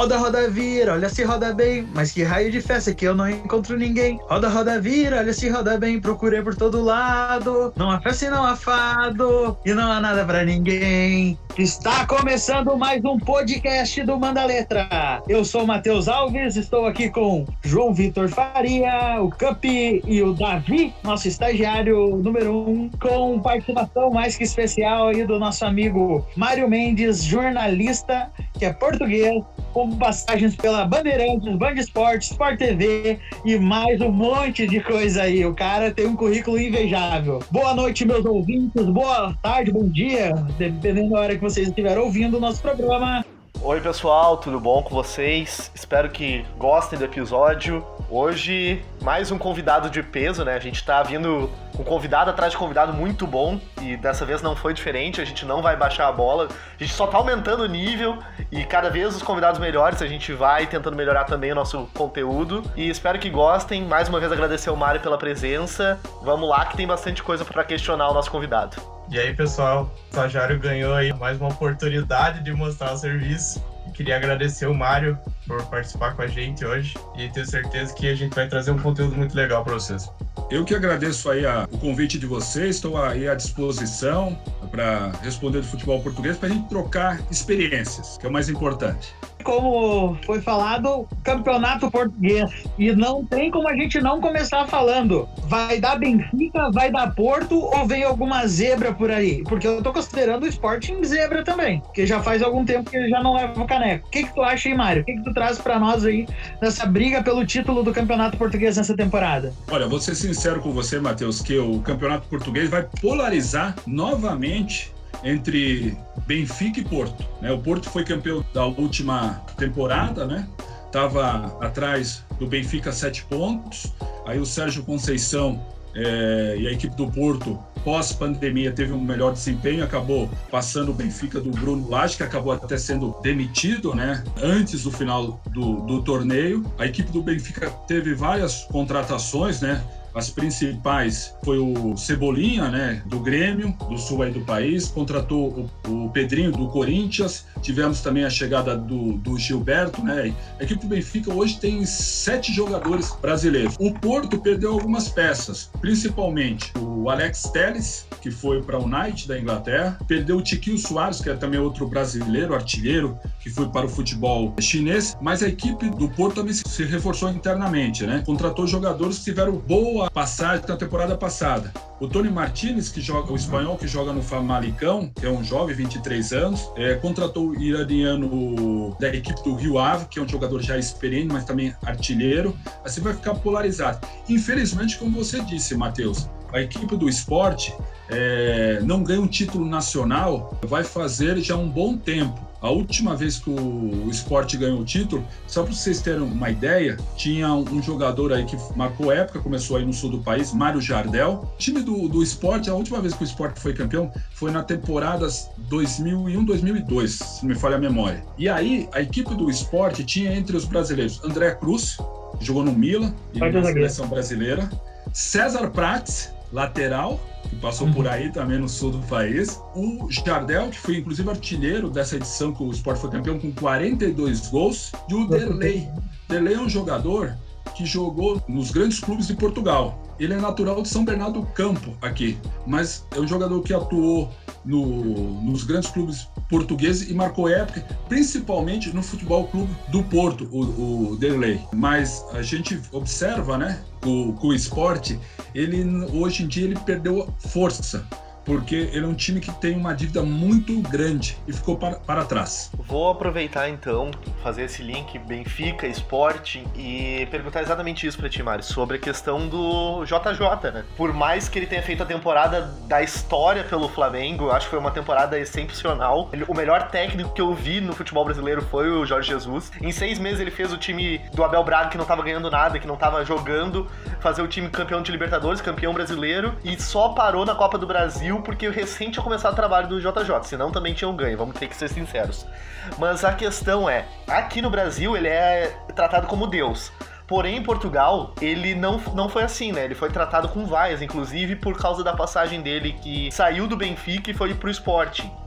roda, vira, olha se roda bem, mas que raio de festa que eu não encontro ninguém. Roda, vira, olha se roda bem, procurei por todo lado. Não há festa e não há fado, e não há nada pra ninguém. Está começando mais um podcast do Manda Letra. Eu sou o Matheus Alves, estou aqui com João Vitor Faria, o Cup e o Davi, nosso estagiário número 1, com participação mais que especial aí do nosso amigo Mário Mendes, jornalista, que é português, com passagens pela Bandeirantes, Band Esportes, Sport TV e mais um monte de coisa aí. O cara tem um currículo invejável. Boa noite, meus ouvintes, boa tarde, bom dia, dependendo da hora que vocês estiverem ouvindo o nosso programa. Oi pessoal, tudo bom com vocês? Espero que gostem do episódio. Hoje, mais um convidado de peso, né? A gente tá vindo com convidado atrás de convidado muito bom e dessa vez não foi diferente, a gente não vai baixar a bola, a gente só tá aumentando o nível e cada vez os convidados melhores, a gente vai tentando melhorar também o nosso conteúdo e espero que gostem. Mais uma vez agradecer ao Mário pela presença. Vamos lá que tem bastante coisa para questionar o nosso convidado. E aí, pessoal, o estagiário ganhou aí mais uma oportunidade de mostrar o serviço. Queria agradecer o Mário por participar com a gente hoje e tenho certeza que a gente vai trazer um conteúdo muito legal para vocês. Eu que agradeço aí o convite de vocês, estou aí à disposição para responder do futebol português, para a gente trocar experiências, que é o mais importante. Como foi falado, campeonato português. E não tem como a gente não começar falando. Vai dar Benfica, vai dar Porto ou vem alguma zebra por aí? Porque eu tô considerando o Sporting zebra também. Porque já faz algum tempo que ele já não leva o caneco. O que tu acha aí, Mário? O que tu traz pra nós aí nessa briga pelo título do campeonato português nessa temporada? Olha, vou ser sincero com você, Matheus, que o campeonato português vai polarizar novamente entre Benfica e Porto, né? O Porto foi campeão da última temporada, né? Estava atrás do Benfica 7 pontos. Aí o Sérgio Conceição e a equipe do Porto, pós-pandemia, teve um melhor desempenho, acabou passando o Benfica do Bruno Lage, que acabou até sendo demitido, né? Antes do final do torneio. A equipe do Benfica teve várias contratações, né? As principais foi o Cebolinha, né, do Grêmio, do sul aí do país, contratou o Pedrinho do Corinthians, tivemos também a chegada do Gilberto, né. A equipe do Benfica hoje tem 7 jogadores brasileiros. O Porto perdeu algumas peças, principalmente o Alex Telles, que foi para o United da Inglaterra, perdeu o Tiquinho Soares, que é também outro brasileiro, artilheiro, que foi para o futebol chinês, mas a equipe do Porto também se reforçou internamente, né, contratou jogadores que tiveram boa passagem na temporada passada. O Tony Martínez, que joga, o espanhol que joga no Famalicão, que é um jovem, 23 anos, contratou o iraniano da equipe do Rio Ave, que é um jogador já experiente, mas também artilheiro. Assim vai ficar polarizado. Infelizmente, como você disse, Matheus, a equipe do Sport não ganha um título nacional, vai fazer já um bom tempo. A última vez que o Sport ganhou o título, só para vocês terem uma ideia, tinha um jogador aí que marcou época, começou aí no sul do país, Mário Jardel. O time do Sport, a última vez que o Sport foi campeão, foi na temporada 2001-2002, se não me falha a memória. E aí, a equipe do Sport tinha entre os brasileiros André Cruz, que jogou no Milan e na seleção brasileira, César Prates, lateral, que passou por aí também no sul do país. O Jardel, que foi inclusive artilheiro dessa edição que o Sport foi campeão com 42 gols. E o Derlei. Derlei é um jogador que jogou nos grandes clubes de Portugal. Ele é natural de São Bernardo do Campo aqui, mas é um jogador que atuou nos grandes clubes portugueses e marcou época, principalmente no Futebol Clube do Porto, o Derlei. Mas a gente observa, né, o Sport, ele hoje em dia ele perdeu força, porque ele é um time que tem uma dívida muito grande e ficou para trás. Vou aproveitar então, fazer esse link Benfica, Sporting e perguntar exatamente isso para ti, Mário, sobre a questão do JJ, né? Por mais que ele tenha feito a temporada da história pelo Flamengo, acho que foi uma temporada excepcional. O melhor técnico que eu vi no futebol brasileiro foi o Jorge Jesus. Em 6 meses ele fez o time do Abel Braga, que não tava ganhando nada, que não tava jogando, fazer o time campeão de Libertadores, campeão brasileiro, e só parou na Copa do Brasil porque recente tinha começado o trabalho do JJ, senão também tinham ganho, vamos ter que ser sinceros. Mas a questão é, aqui no Brasil ele é tratado como Deus. Porém, em Portugal, ele não foi assim, né? Ele foi tratado com vaias, inclusive por causa da passagem dele que saiu do Benfica e foi pro Sporting.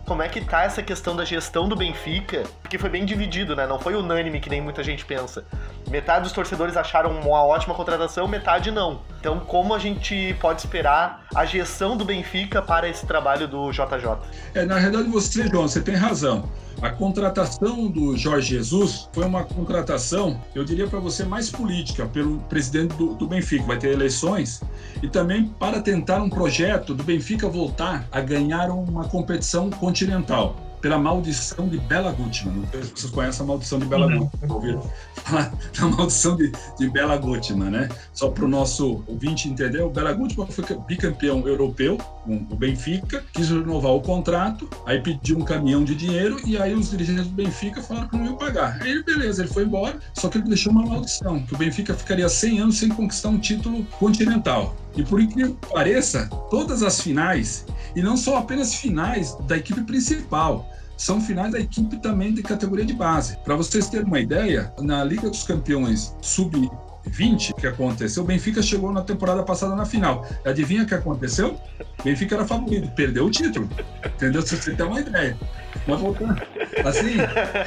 como é que tá essa questão da gestão do Benfica, porque foi bem dividido, né? Não foi unânime, que nem muita gente pensa. Metade dos torcedores acharam uma ótima contratação, metade não. Então, como a gente pode esperar a gestão do Benfica para esse trabalho do JJ? Na realidade, João, você tem razão. A contratação do Jorge Jesus foi uma contratação, eu diria para você, mais política, pelo presidente do Benfica. Vai ter eleições e também para tentar um projeto do Benfica voltar a ganhar uma competição continental. Pela maldição de Bela Gutmann. Não sei se vocês conhecem a maldição de Bela Gutmann. Ouviram falar da maldição de Bela Gutmann, né? Só para o nosso ouvinte entender, o Bela Gutmann foi bicampeão europeu com o Benfica, quis renovar o contrato, aí pediu um caminhão de dinheiro e aí os dirigentes do Benfica falaram que não iam pagar. Aí, beleza, ele foi embora, só que ele deixou uma maldição, que o Benfica ficaria 100 anos sem conquistar um título continental. E por incrível que pareça, todas as finais, e não só apenas finais da equipe principal, são finais da equipe também de categoria de base. Para vocês terem uma ideia, na Liga dos Campeões Sub-20, que aconteceu, o Benfica chegou na temporada passada na final. Adivinha o que aconteceu? O Benfica era favorito, perdeu o título. Entendeu? Se você tem uma ideia. Mas voltando, assim...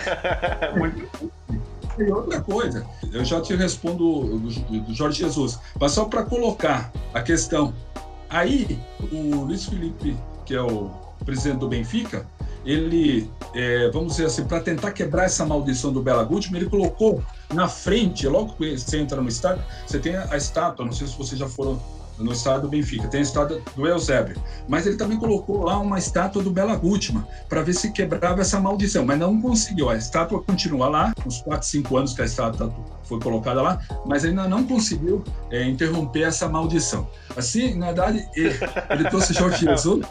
E outra coisa, eu já te respondo do Jorge Jesus, mas só para colocar a questão. Aí, o Luiz Felipe, que é o presidente do Benfica, ele, vamos dizer assim, para tentar quebrar essa maldição do Bela Gutmann, ele colocou na frente, logo que você entra no estádio, você tem a estátua, não sei se vocês já foram no estádio do Benfica, tem a estátua do Eusébio, mas ele também colocou lá uma estátua do Bela Gutmann para ver se quebrava essa maldição, mas não conseguiu. A estátua continua lá, uns 4, 5 anos que a estátua foi colocada lá, mas ainda não conseguiu interromper essa maldição. Assim, na verdade, ele trouxe Jorge Jesus,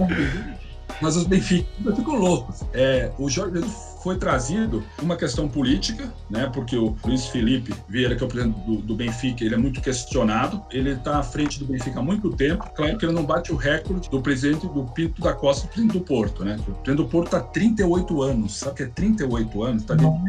mas os Benfica ficam loucos. O Jorge Jesus foi trazido uma questão política, né? Porque o Luiz Felipe Vieira, que é o presidente do Benfica, ele é muito questionado. Ele está à frente do Benfica há muito tempo. Claro que ele não bate o recorde do presidente do Pinto da Costa, do presidente do Porto, né? O presidente do Porto está há 38 anos. Sabe o que é 38 anos? Está desde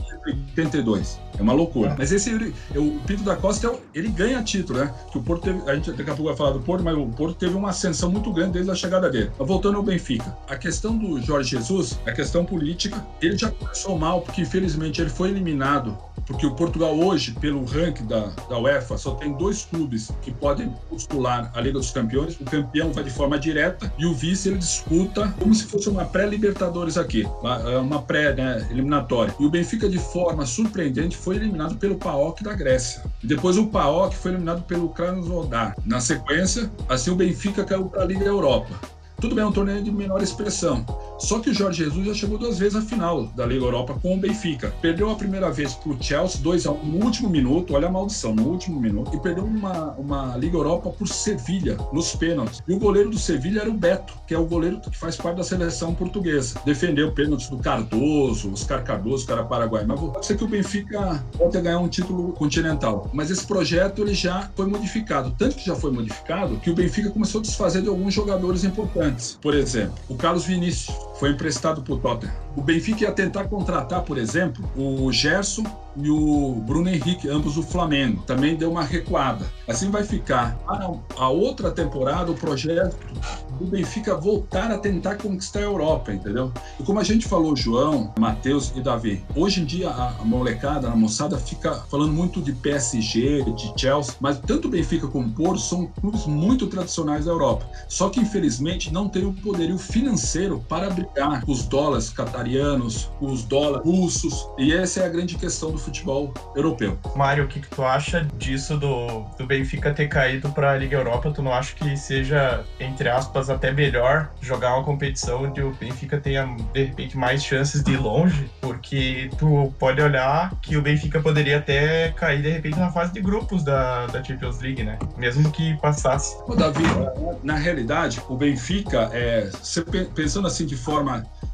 82. É uma loucura. Mas o Pinto da Costa, ele ganha título, né? Que o Porto teve, a gente daqui a pouco vai falar do Porto, mas o Porto teve uma ascensão muito grande desde a chegada dele. Mas voltando ao Benfica, a questão do Jorge Jesus, a questão política, ele já começou mal, porque infelizmente ele foi eliminado, porque o Portugal hoje, pelo ranking da UEFA, só tem 2 clubes que podem postular a Liga dos Campeões. O campeão vai de forma direta e o vice ele disputa como se fosse uma pré-Libertadores aqui, uma pré-eliminatória. E o Benfica, de forma surpreendente, foi eliminado pelo PAOK da Grécia. E depois o PAOK foi eliminado pelo Krasnodar. Na sequência, assim o Benfica caiu para a Liga Europa. Tudo bem, é um torneio de menor expressão. Só que o Jorge Jesus já chegou 2 vezes à final da Liga Europa com o Benfica. Perdeu a primeira vez para o Chelsea, 2-1 no último minuto, olha a maldição, no último minuto. E perdeu uma Liga Europa por Sevilha, nos pênaltis. E o goleiro do Sevilha era o Beto, que é o goleiro que faz parte da seleção portuguesa. Defendeu pênaltis do Cardoso, Oscar Cardoso, cara paraguaio. Mas pode ser que o Benfica pode ganhar um título continental. Mas esse projeto ele já foi modificado. Tanto que já foi modificado que o Benfica começou a desfazer de alguns jogadores importantes. Por exemplo, o Carlos Vinícius foi emprestado para o Tottenham. O Benfica ia tentar contratar, por exemplo, o Gerson e o Bruno Henrique, ambos do Flamengo. Também deu uma recuada. Assim vai ficar para a outra temporada o projeto do Benfica voltar a tentar conquistar a Europa, entendeu? E como a gente falou, João, Matheus e Davi, hoje em dia a molecada, a moçada fica falando muito de PSG, de Chelsea, mas tanto o Benfica como o Porto são clubes muito tradicionais da Europa. Só que infelizmente não tem o poderio financeiro para brigar com os dólares catarianos, com os dólares russos, e essa é a grande questão do futebol europeu. Mário, o que tu acha disso do Benfica ter caído para a Liga Europa? Tu não acha que seja, entre aspas, até melhor jogar uma competição onde o Benfica tenha, de repente, mais chances de ir longe? Porque tu pode olhar que o Benfica poderia até cair, de repente, na fase de grupos da Champions League, né? Mesmo que passasse. Ô, Davi, na realidade, o Benfica, pensando assim de forma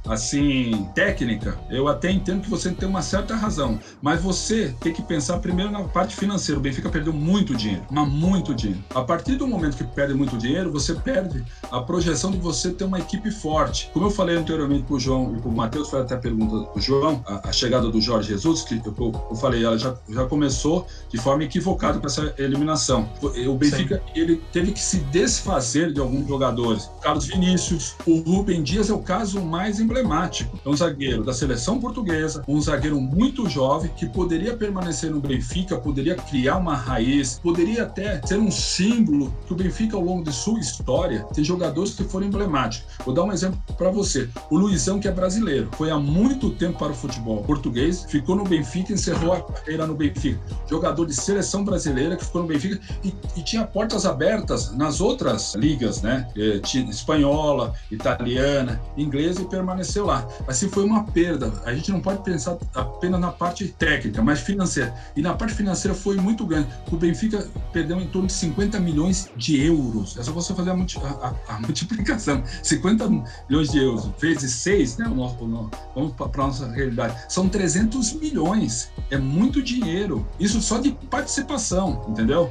assim, técnica, eu até entendo que você tem uma certa razão, mas você tem que pensar primeiro na parte financeira. O Benfica perdeu muito dinheiro, mas muito dinheiro. A partir do momento que perde muito dinheiro, você perde a projeção de você ter uma equipe forte. Como eu falei anteriormente para o João e para o Matheus, foi até a pergunta do João, a chegada do Jorge Jesus, que eu falei, ela já começou de forma equivocada com essa eliminação. O Benfica, ele teve que se desfazer de alguns jogadores. Carlos Vinícius, o Rubem Dias é o caso mais emblemático. É um zagueiro da seleção portuguesa, um zagueiro muito jovem, que poderia permanecer no Benfica, poderia criar uma raiz, poderia até ser um símbolo que o Benfica, ao longo de sua história, tem jogadores que foram emblemáticos. Vou dar um exemplo para você. O Luizão, que é brasileiro, foi há muito tempo para o futebol português, ficou no Benfica, encerrou a carreira no Benfica. Jogador de seleção brasileira que ficou no Benfica e tinha portas abertas nas outras ligas, né? Espanhola, italiana, inglesa, e permaneceu lá. Assim, foi uma perda. A gente não pode pensar apenas na parte técnica, mas financeira. E na parte financeira foi muito grande. O Benfica perdeu em torno de 50 milhões de euros. É só você fazer a multiplicação. 50 milhões de euros vezes 6, né? Vamos para a nossa realidade. São 300 milhões. É muito dinheiro. Isso só de participação, entendeu?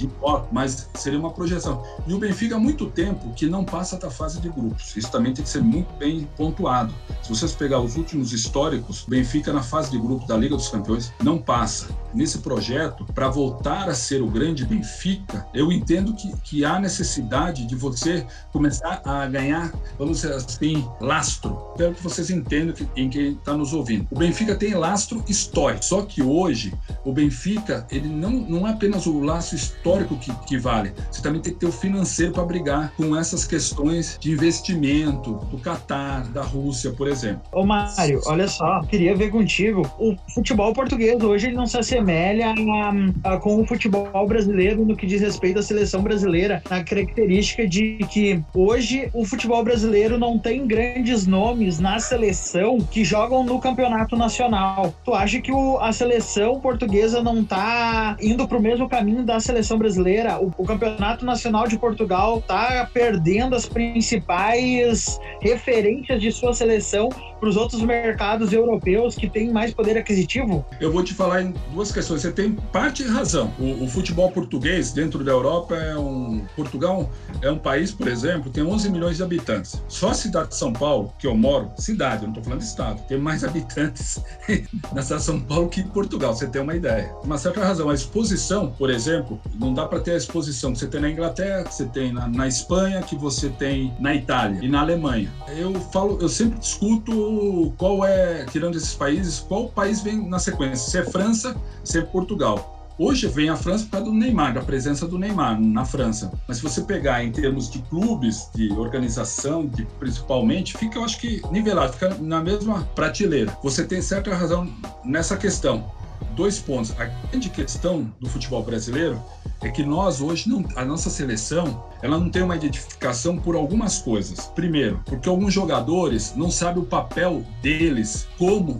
Mas seria uma projeção. E o Benfica há muito tempo que não passa da fase de grupos. Isso também tem que ser muito bem pontuado. Se vocês pegar os últimos históricos, o Benfica na fase de grupos da Liga dos Campeões não passa. Nesse projeto, para voltar a ser o grande Benfica, eu entendo que há necessidade de você começar a ganhar, vamos dizer assim, lastro. Espero que vocês entendam em quem está nos ouvindo. O Benfica tem lastro histórico, só que hoje o Benfica, ele não é apenas o laço histórico que vale, você também tem que ter o financeiro para brigar com essas questões de investimento do Catar, da Rússia, por exemplo. Ô Mário, olha só, queria ver contigo, o futebol português hoje ele não se assemelha com o futebol brasileiro no que diz respeito à seleção brasileira, na característica de que hoje o futebol brasileiro não tem grandes nomes na seleção que jogam no campeonato nacional. Tu acha que a seleção portuguesa não tá indo pro mesmo caminho da seleção brasileira? O campeonato nacional de Portugal tá perdendo as principais referências de sua seleção para os outros mercados europeus que têm mais poder aquisitivo? Eu vou te falar em duas questões. Você tem parte e razão. O futebol português dentro da Europa Portugal é um país, por exemplo, tem 11 milhões de habitantes. Só a cidade de São Paulo, que eu moro, cidade, eu não estou falando de estado, tem mais habitantes na cidade de São Paulo que em Portugal, você tem uma ideia. Uma certa razão. A exposição, por exemplo, não dá para ter a exposição que você tem na Inglaterra, que você tem na Espanha, que você tem na Itália e na Alemanha. Eu sempre discuto qual é, tirando esses países, qual país vem na sequência, se é França, se é Portugal. Hoje vem a França por causa do Neymar, da presença do Neymar na França. Mas se você pegar em termos de clubes, de organização, principalmente, fica, eu acho que, nivelado, fica na mesma prateleira. Você tem certa razão nessa questão. 2 pontos. A grande questão do futebol brasileiro é que nós hoje, a nossa seleção, ela não tem uma identificação por algumas coisas. Primeiro, porque alguns jogadores não sabem o papel deles como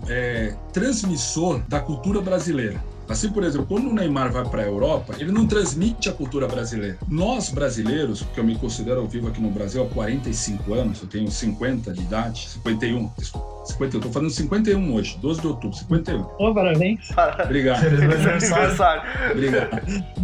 transmissor da cultura brasileira. Assim, por exemplo, quando o Neymar vai para a Europa, ele não transmite a cultura brasileira. Nós, brasileiros, porque eu me considero vivo aqui no Brasil há 45 anos, eu tenho 50 de idade, 51, desculpa. 50, eu estou fazendo 51 hoje, 12 de outubro, 51. Ô, parabéns. Obrigado. Aniversário. Obrigado.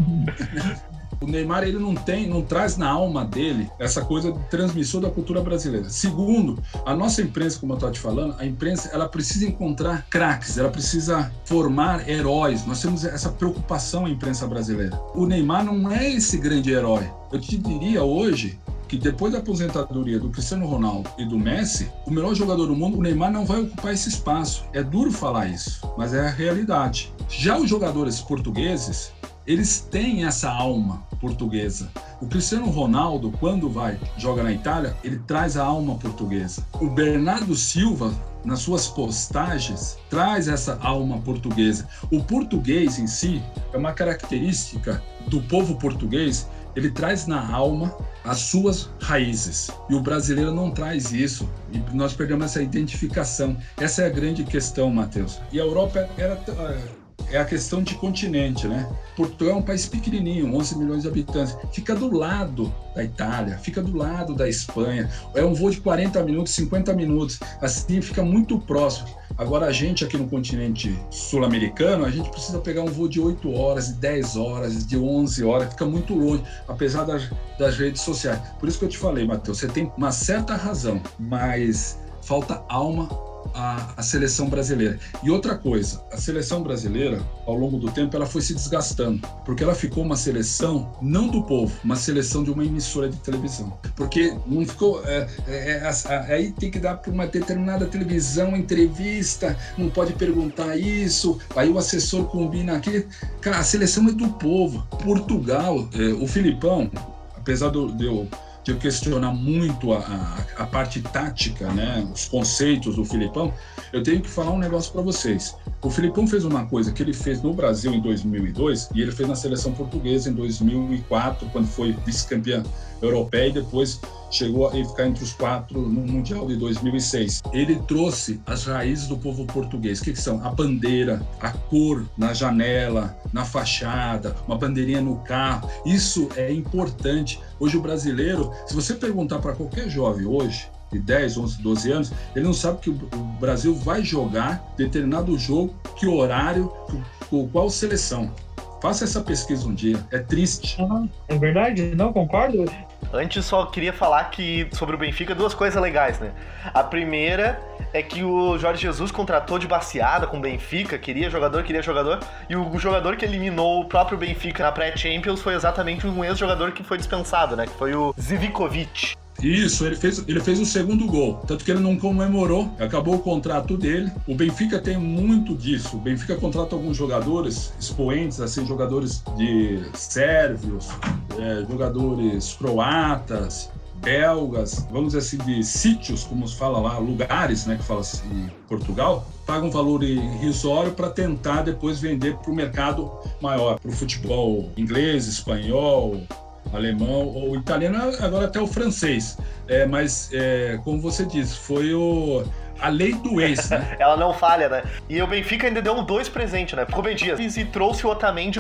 O Neymar, ele não traz na alma dele essa coisa de transmissão da cultura brasileira. Segundo, a nossa imprensa, como eu estou te falando, a imprensa, ela precisa encontrar craques, ela precisa formar heróis. Nós temos essa preocupação, a imprensa brasileira. O Neymar não é esse grande herói. Eu te diria hoje que depois da aposentadoria do Cristiano Ronaldo e do Messi, o melhor jogador do mundo, o Neymar, não vai ocupar esse espaço. É duro falar isso, mas é a realidade. Já os jogadores portugueses, eles têm essa alma portuguesa. O Cristiano Ronaldo, quando joga na Itália, ele traz a alma portuguesa. O Bernardo Silva, nas suas postagens, traz essa alma portuguesa. O português em si é uma característica do povo português, ele traz na alma as suas raízes. E o brasileiro não traz isso. E nós perdemos essa identificação. Essa é a grande questão, Matheus. E a Europa é a questão de continente, né? Portugal é um país pequenininho, 11 milhões de habitantes, fica do lado da Itália, fica do lado da Espanha, é um voo de 40 minutos, 50 minutos, assim fica muito próximo. Agora a gente aqui no continente sul-americano, a gente precisa pegar um voo de 8 horas, de 10 horas, de 11 horas, fica muito longe, apesar das redes sociais. Por isso que eu te falei, Matheus, você tem uma certa razão, mas falta alma a seleção brasileira. E outra coisa, a seleção brasileira, ao longo do tempo, ela foi se desgastando, porque ela ficou uma seleção, não do povo, uma seleção de uma emissora de televisão. Porque não ficou... aí tem que dar para uma determinada televisão, entrevista, não pode perguntar isso, aí o assessor combina aqui. Cara, a seleção é do povo. Portugal, o Filipão, apesar de eu questionar muito a parte tática, né, os conceitos do Filipão, eu tenho que falar um negócio para vocês. O Filipão fez uma coisa que ele fez no Brasil em 2002 e ele fez na seleção portuguesa em 2004, quando foi vice-campeã europeia e depois chegou a ficar entre os 4 no Mundial de 2006. Ele trouxe as raízes do povo português. O que são? A bandeira, a cor na janela, na fachada, uma bandeirinha no carro. Isso é importante. Hoje o brasileiro, se você perguntar para qualquer jovem hoje, de 10, 11, 12 anos, ele não sabe que o Brasil vai jogar determinado jogo, que horário, qual seleção. Faça essa pesquisa um dia. É triste. É verdade, não concordo. Antes só queria falar que sobre o Benfica 2 coisas legais, né? A primeira é que o Jorge Jesus contratou de baseada com o Benfica, queria jogador, e o jogador que eliminou o próprio Benfica na pré-Champions foi exatamente um ex-jogador que foi dispensado, né? Que foi o Zivkovic. Isso, ele fez o segundo gol, tanto que ele não comemorou, acabou o contrato dele. O Benfica tem muito disso, o Benfica contrata alguns jogadores expoentes, assim, jogadores de sérvios, jogadores croatas, belgas, vamos dizer assim, de sítios, como se fala lá, lugares, né, que fala assim, em Portugal, pagam um valor irrisório para tentar depois vender para o mercado maior, para o futebol inglês, espanhol, alemão ou italiano, agora até o francês. Mas, como você disse, foi a lei do ex, né? Ela não falha, né? E o Benfica ainda deu 2 presentes, né? Pro Ben Dias. E trouxe o Otamendi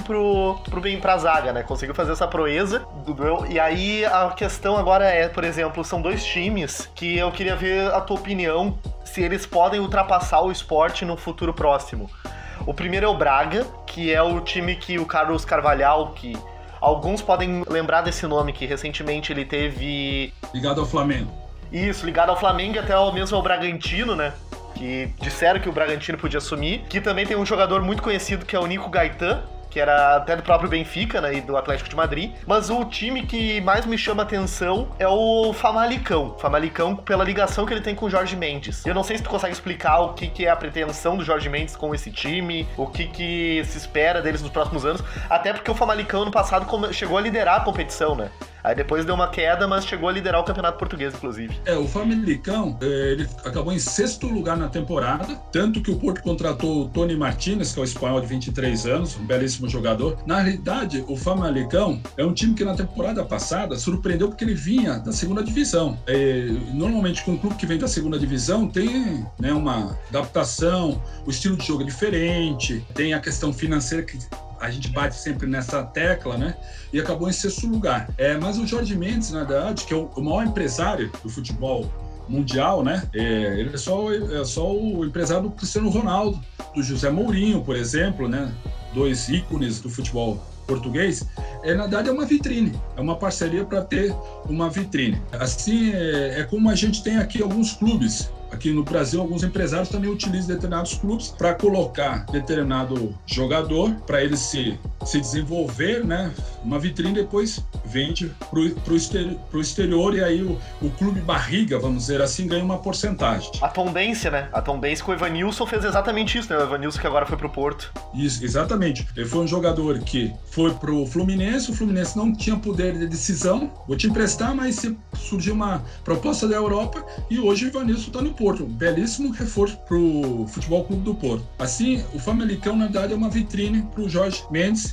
pra zaga, né? Conseguiu fazer essa proeza do duelo. E aí a questão agora é, por exemplo, são 2 times que eu queria ver a tua opinião se eles podem ultrapassar o Sport no futuro próximo. O primeiro é o Braga, que é o time que o Carlos Carvalhal, que alguns podem lembrar desse nome, que recentemente ele teve... Ligado ao Flamengo. Isso, ligado ao Flamengo e até mesmo ao Bragantino, né? Que disseram que o Bragantino podia assumir. Que também tem um jogador muito conhecido que é o Nico Gaetan, que era até do próprio Benfica, né, e do Atlético de Madrid. Mas o time que mais me chama atenção é o Famalicão. Famalicão pela ligação que ele tem com o Jorge Mendes. Eu não sei se tu consegue explicar o que é a pretensão do Jorge Mendes com esse time, o que se espera deles nos próximos anos, até porque o Famalicão no passado chegou a liderar a competição, né? Aí depois deu uma queda, mas chegou a liderar o Campeonato Português, inclusive. O Famalicão, ele acabou em 6º lugar na temporada, tanto que o Porto contratou o Tony Martínez, que é o espanhol de 23 anos, um belíssimo jogador. Na realidade, o Famalicão é um time que na temporada passada surpreendeu porque ele vinha da 2ª divisão. Normalmente, com um clube que vem da 2ª divisão, tem, né, uma adaptação, o estilo de jogo é diferente, tem a questão financeira que a gente bate sempre nessa tecla, né? E acabou em 6º lugar. Mas o Jorge Mendes, na verdade, que é o maior empresário do futebol mundial, né? Ele é só o empresário do Cristiano Ronaldo, do José Mourinho, por exemplo, né? 2 ícones do futebol português. Na verdade, é uma vitrine, é uma parceria para ter uma vitrine. Assim, é como a gente tem aqui alguns clubes. Aqui no Brasil, alguns empresários também utilizam determinados clubes para colocar determinado jogador, para ele se desenvolver, né? Uma vitrine, depois vende para o exterior e aí o clube barriga, vamos dizer assim, ganha uma porcentagem. A Tombense, né? A Tombense com o Evanilson fez exatamente isso, né? O Evanilson que agora foi pro Porto. Isso, exatamente. Ele foi um jogador que foi pro Fluminense, o Fluminense não tinha poder de decisão, vou te emprestar, mas se surgiu uma proposta da Europa e hoje o Evanilson está no Porto. Belíssimo reforço pro Futebol Clube do Porto. Assim, o Famalicão, na verdade, é uma vitrine pro Jorge Mendes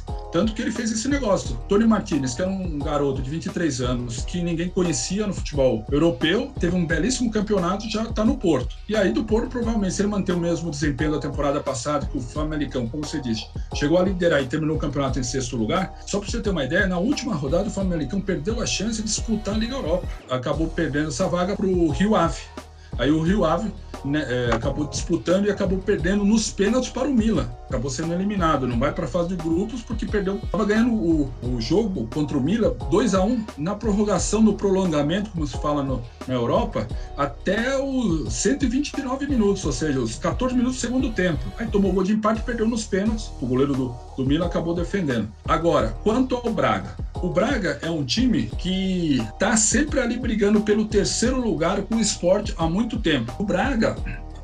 português. Tanto que ele fez esse negócio. Tony Martinez, que era um garoto de 23 anos, que ninguém conhecia no futebol europeu, teve um belíssimo campeonato, já está no Porto. E aí do Porto, provavelmente, se ele manter o mesmo desempenho da temporada passada, que o Famalicão, como você disse, chegou a liderar e terminou o campeonato em 6º lugar, só para você ter uma ideia, na última rodada o Famalicão perdeu a chance de disputar a Liga Europa. Acabou perdendo essa vaga para o Rio Ave. Aí o Rio Ave, né, acabou disputando e acabou perdendo nos pênaltis para o Milan. Acabou sendo eliminado, não vai para a fase de grupos porque perdeu. Estava ganhando o jogo contra o Milan 2-1 na prorrogação, no prolongamento, como se fala na Europa, até os 129 minutos, ou seja, os 14 minutos do segundo tempo. Aí tomou gol de empate e perdeu nos pênaltis. O goleiro do Milan acabou defendendo. Agora, quanto ao Braga. O Braga é um time que está sempre ali brigando pelo 3º lugar com o Sport há muito tempo. O Braga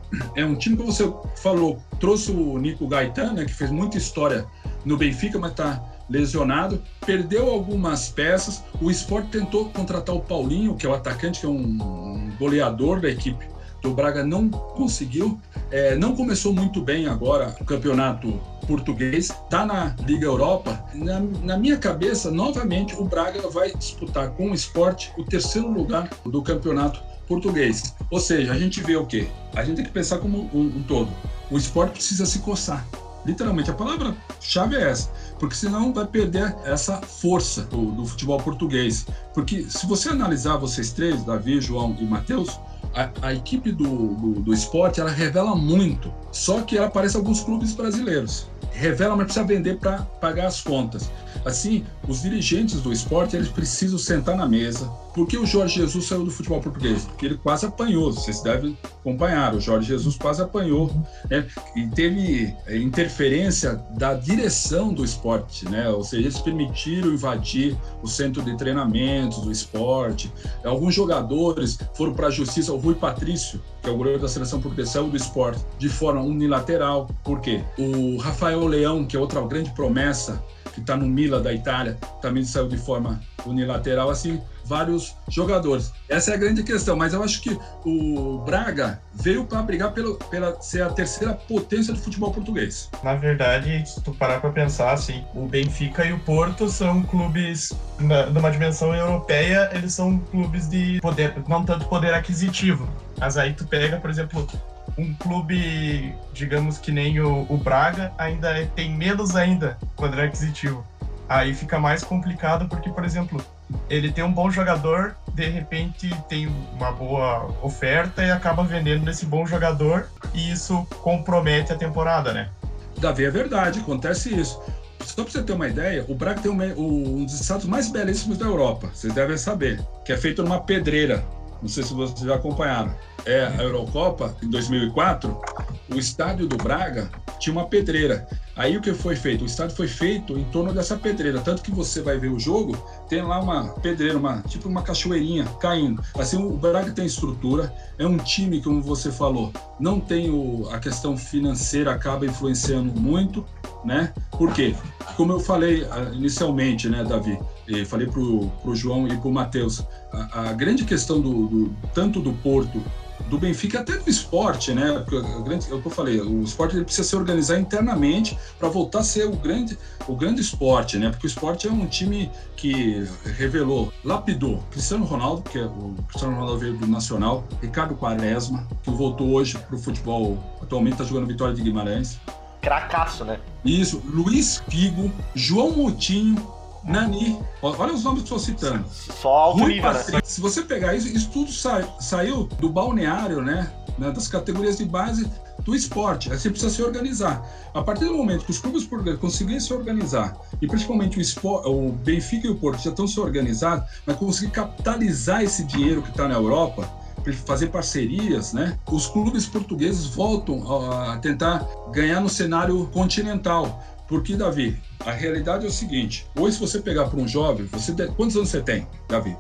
é um time que você falou, trouxe o Nico Gaetan, né, que fez muita história no Benfica, mas está lesionado, perdeu algumas peças. O Sport tentou contratar o Paulinho, que é o atacante, que é um goleador da equipe do Braga, não conseguiu. Não começou muito bem agora o campeonato português, está na Liga Europa. Na minha cabeça, novamente, o Braga vai disputar com o Sport o 3º lugar do campeonato português. Ou seja, a gente vê o quê? A gente tem que pensar como um todo. O Sport precisa se coçar. Literalmente, a palavra-chave é essa. Porque senão vai perder essa força do futebol português. Porque se você analisar, vocês três, Davi, João e Matheus, a equipe do Sport, ela revela muito. Só que ela parece alguns clubes brasileiros. Revela, mas precisa vender para pagar as contas. Assim, os dirigentes do Sport, eles precisam sentar na mesa. Por que o Jorge Jesus saiu do futebol português? Porque ele quase apanhou, vocês devem acompanhar. O Jorge Jesus quase apanhou, né? E teve interferência da direção do Sport, né? Ou seja, eles permitiram invadir o centro de treinamentos do Sport. Alguns jogadores foram para a justiça. O Rui Patrício, que é o goleiro da seleção portuguesa, saiu do Sport de forma unilateral. Por quê? O Rafael Leão, que é outra grande promessa, que está no Milan da Itália, também saiu de forma unilateral, assim, vários jogadores. Essa é a grande questão, mas eu acho que o Braga veio para brigar pela ser a 3ª potência do futebol português. Na verdade, se tu parar para pensar, assim, o Benfica e o Porto são clubes numa dimensão europeia, eles são clubes de poder, não tanto poder aquisitivo, mas aí tu pega, por exemplo, um clube, digamos que nem o Braga, ainda tem menos ainda poder aquisitivo. Aí fica mais complicado porque, por exemplo, ele tem um bom jogador, de repente tem uma boa oferta e acaba vendendo esse bom jogador e isso compromete a temporada, né? Davi, é verdade, acontece isso. Só para você ter uma ideia, o Braga tem um dos estados mais belíssimos da Europa, vocês devem saber, que é feito numa pedreira. Não sei se vocês já acompanharam. A Eurocopa, em 2004, o estádio do Braga tinha uma pedreira. Aí o que foi feito? O estádio foi feito em torno dessa pedreira. Tanto que você vai ver o jogo, tem lá uma pedreira, tipo uma cachoeirinha caindo. Assim, o Braga tem estrutura, é um time, como você falou, não tem a questão financeira, acaba influenciando muito, né? Por quê? Como eu falei inicialmente, né, Davi? Falei pro João e pro Matheus, a grande questão tanto do Porto, do Benfica, até do Sport, né? Porque é o que eu falei, o Sport ele precisa se organizar internamente para voltar a ser o grande Sport, né? Porque o Sport é um time que lapidou Cristiano Ronaldo, que o Cristiano Ronaldo veio do Nacional, Ricardo Quaresma, que voltou hoje pro futebol, atualmente está jogando Vitória de Guimarães. Cracaço, né? Isso, Luiz Figo, João Moutinho, Nani, olha os nomes que estou citando. Só alto nível, né? Se você pegar isso tudo saiu do balneário, né? Das categorias de base do esporte. Aí você precisa se organizar. A partir do momento que os clubes portugueses conseguirem se organizar, e principalmente o Benfica e o Porto já estão se organizados, mas conseguir capitalizar esse dinheiro que está na Europa, para fazer parcerias, né? Os clubes portugueses voltam a tentar ganhar no cenário continental. Porque, Davi, a realidade é o seguinte, hoje se você pegar para um jovem, quantos anos você tem, Davi?